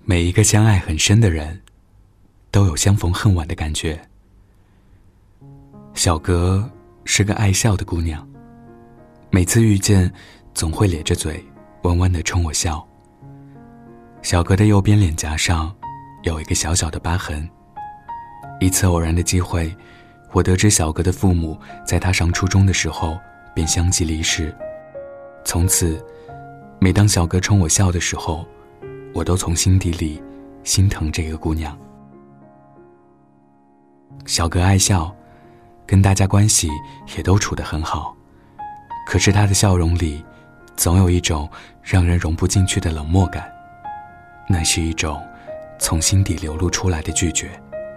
每一个相爱很深的人，都有相逢恨晚的感觉。小格是个爱笑的姑娘，每次遇见总会咧着嘴弯弯地冲我笑。小格的右边脸颊上有一个小小的疤痕。一次偶然的机会，我得知小格的父母在她上初中的时候便相继离世。从此，每当小格冲我笑的时候，我都从心底里心疼这个姑娘。小格爱笑，跟大家关系也都处得很好，可是她的笑容里总有一种让人融不进去的冷漠感，那是一种从心底流露出来的拒绝。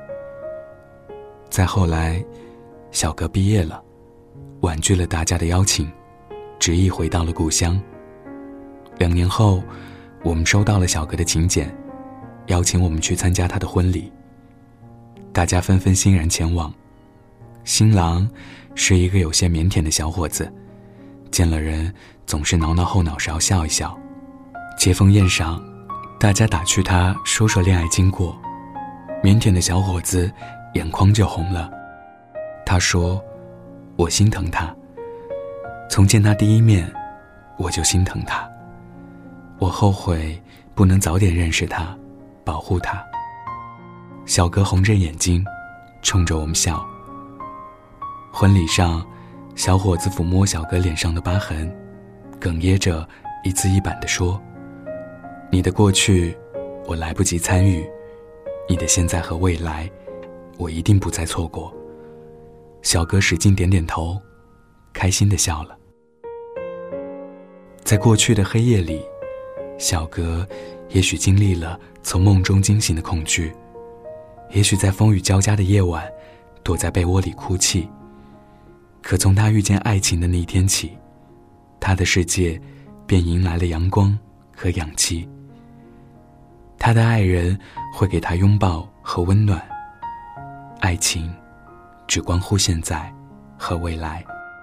再后来，小格毕业了，婉拒了大家的邀请，执意回到了故乡。2年后，我们收到了小格的请柬，邀请我们去参加她的婚礼。大家纷纷欣然前往。新郎是一个有些腼腆的小伙子，见了人总是挠挠后脑勺笑一笑。接风宴上，大家打趣他说说恋爱经过，腼腆的小伙子眼眶就红了。他说：“我心疼他，从见他第一面，我就心疼他。我后悔不能早点认识他，保护他。”小格红着眼睛，冲着我们笑。婚礼上，小伙子抚摸小格脸上的疤痕，哽咽着一字一板地说：“你的过去，我来不及参与；你的现在和未来，我一定不再错过。”小格使劲点点头，开心地笑了。在过去的黑夜里，小格也许经历了从梦中惊醒的恐惧，也许在风雨交加的夜晚躲在被窝里哭泣。可从他遇见爱情的那一天起，他的世界便迎来了阳光和氧气。他的爱人会给他拥抱和温暖，爱情只关乎现在和未来。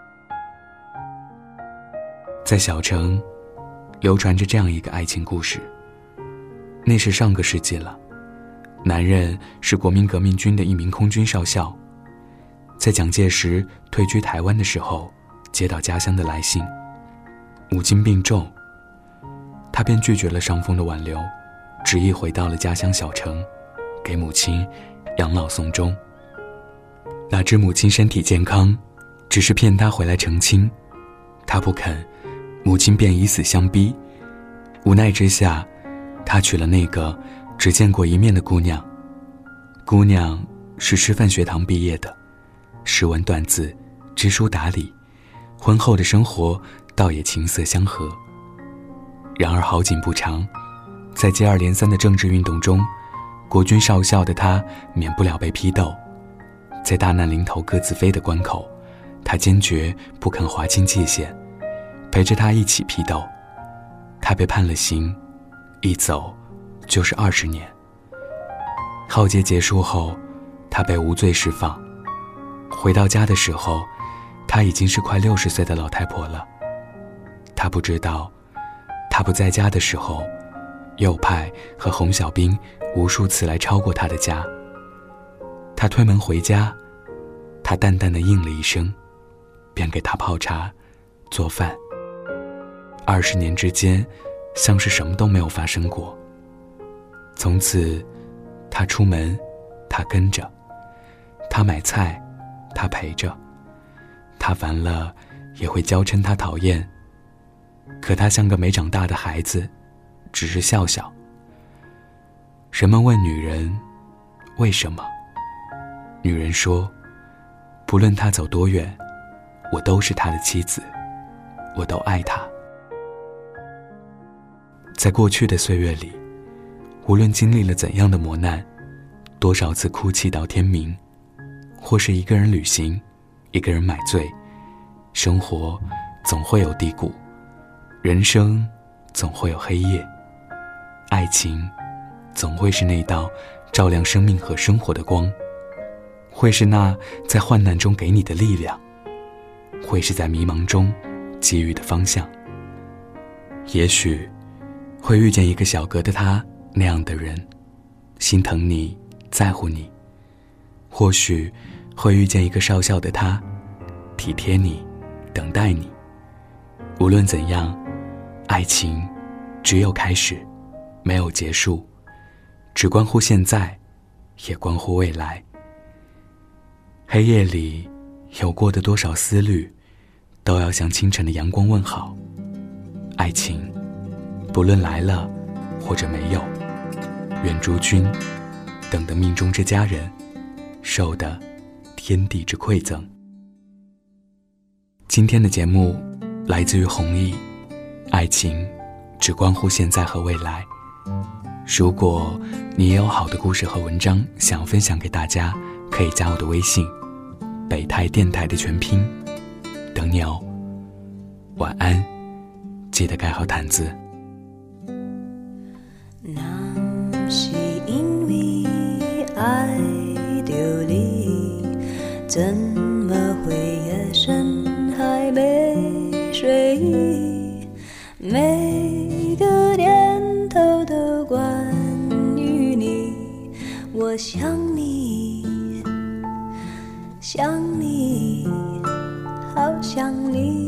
在小城流传着这样一个爱情故事，那是上个世纪了。男人是国民革命军的一名空军少校，在蒋介石退居台湾的时候，接到家乡的来信，母亲病重，他便拒绝了上峰的挽留，执意回到了家乡小城，给母亲养老送终。哪知母亲身体健康，只是骗他回来成亲，他不肯，母亲便以死相逼。无奈之下，他娶了那个只见过一面的姑娘。姑娘是师范学堂毕业的，识文断字，知书达理，婚后的生活倒也琴瑟相和。然而好景不长，在接二连三的政治运动中，国军少校的他免不了被批斗。在大难临头各自飞的关口，他坚决不肯划清界限，陪着他一起批斗。他被判了刑，一走就是20年。浩劫结束后，他被无罪释放。回到家的时候，她已经是快60岁的老太婆了。他不知道，他不在家的时候，右派和红小兵无数次来抄过他的家。他推门回家，他淡淡地应了一声，便给他泡茶做饭。20年之间，像是什么都没有发生过。从此，他出门，他跟着；他买菜，他陪着；他烦了，也会娇嗔他讨厌。可他像个没长大的孩子，只是笑笑。人们问女人为什么，女人说：不论他走多远，我都是他的妻子，我都爱他。在过去的岁月里，无论经历了怎样的磨难，多少次哭泣到天明，或是一个人旅行，一个人买醉，生活总会有低谷，人生总会有黑夜，爱情总会是那道照亮生命和生活的光，会是那在患难中给你的力量，会是在迷茫中给予的方向。也许会遇见一个小格的他， 那样的人，心疼你，在乎你，或许会遇见一个少校的他，体贴你，等待你。无论怎样，爱情只有开始，没有结束，只关乎现在，也关乎未来。黑夜里有过的多少思虑，都要向清晨的阳光问好。爱情不论来了或者没有，愿诸君等得命中之佳人，受得天地之馈赠。今天的节目来自于弘毅，爱情只关乎现在和未来。如果你也有好的故事和文章想分享给大家，可以加我的微信，北泰电台的全拼，等你哦。晚安，记得盖好毯子。 那是因为爱着你，怎么会夜深还没睡意？每个念头都关于你，我想你，想你，好想你。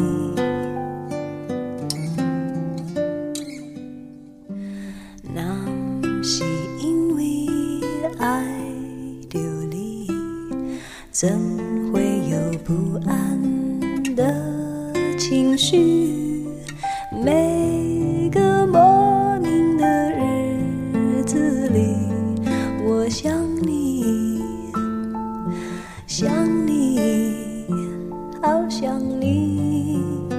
那是因为爱着你，怎会有不安的情绪？每个莫名的日子里，我想你，想你，好想你。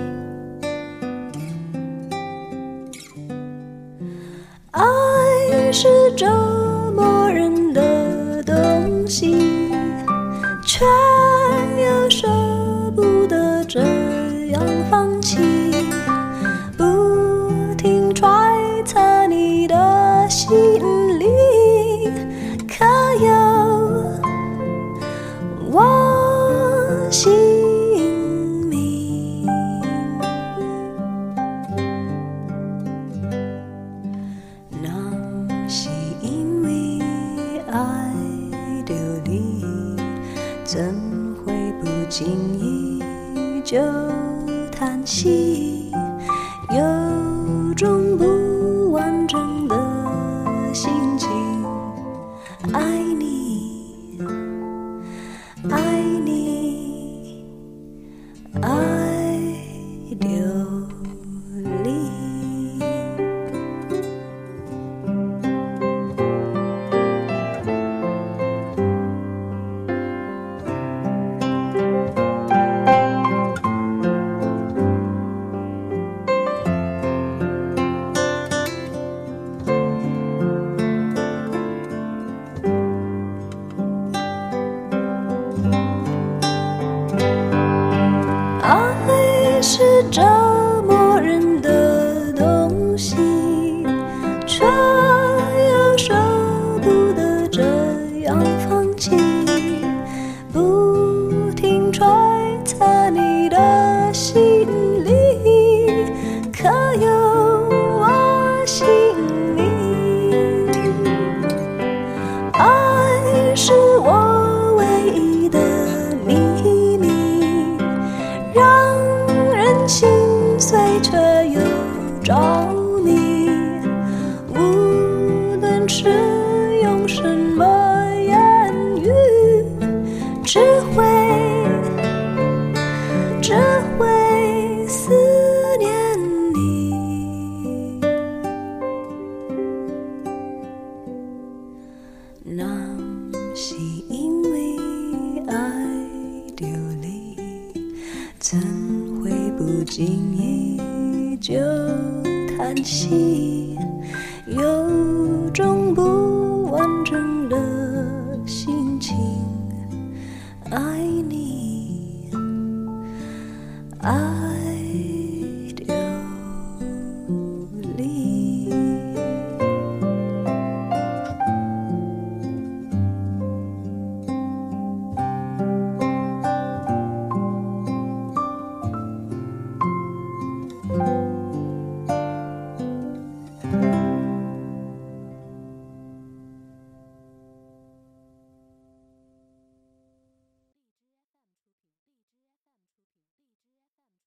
爱是折磨人的东西，却又舍不得这样放弃，不停揣测你的心里，可有我姓名？那是因为爱着你，怎会不经意就叹息，有种不完整的心情。爱你，爱你，爱着你。爱是折磨人的东西，却又舍不得这样放弃，不停揣测你的心里，可有我姓名？爱是我唯一的秘密，让人心碎却又着迷，无论是用什么言语，只会思念你。那是因为爱着你，怎会不经意就叹息，有种不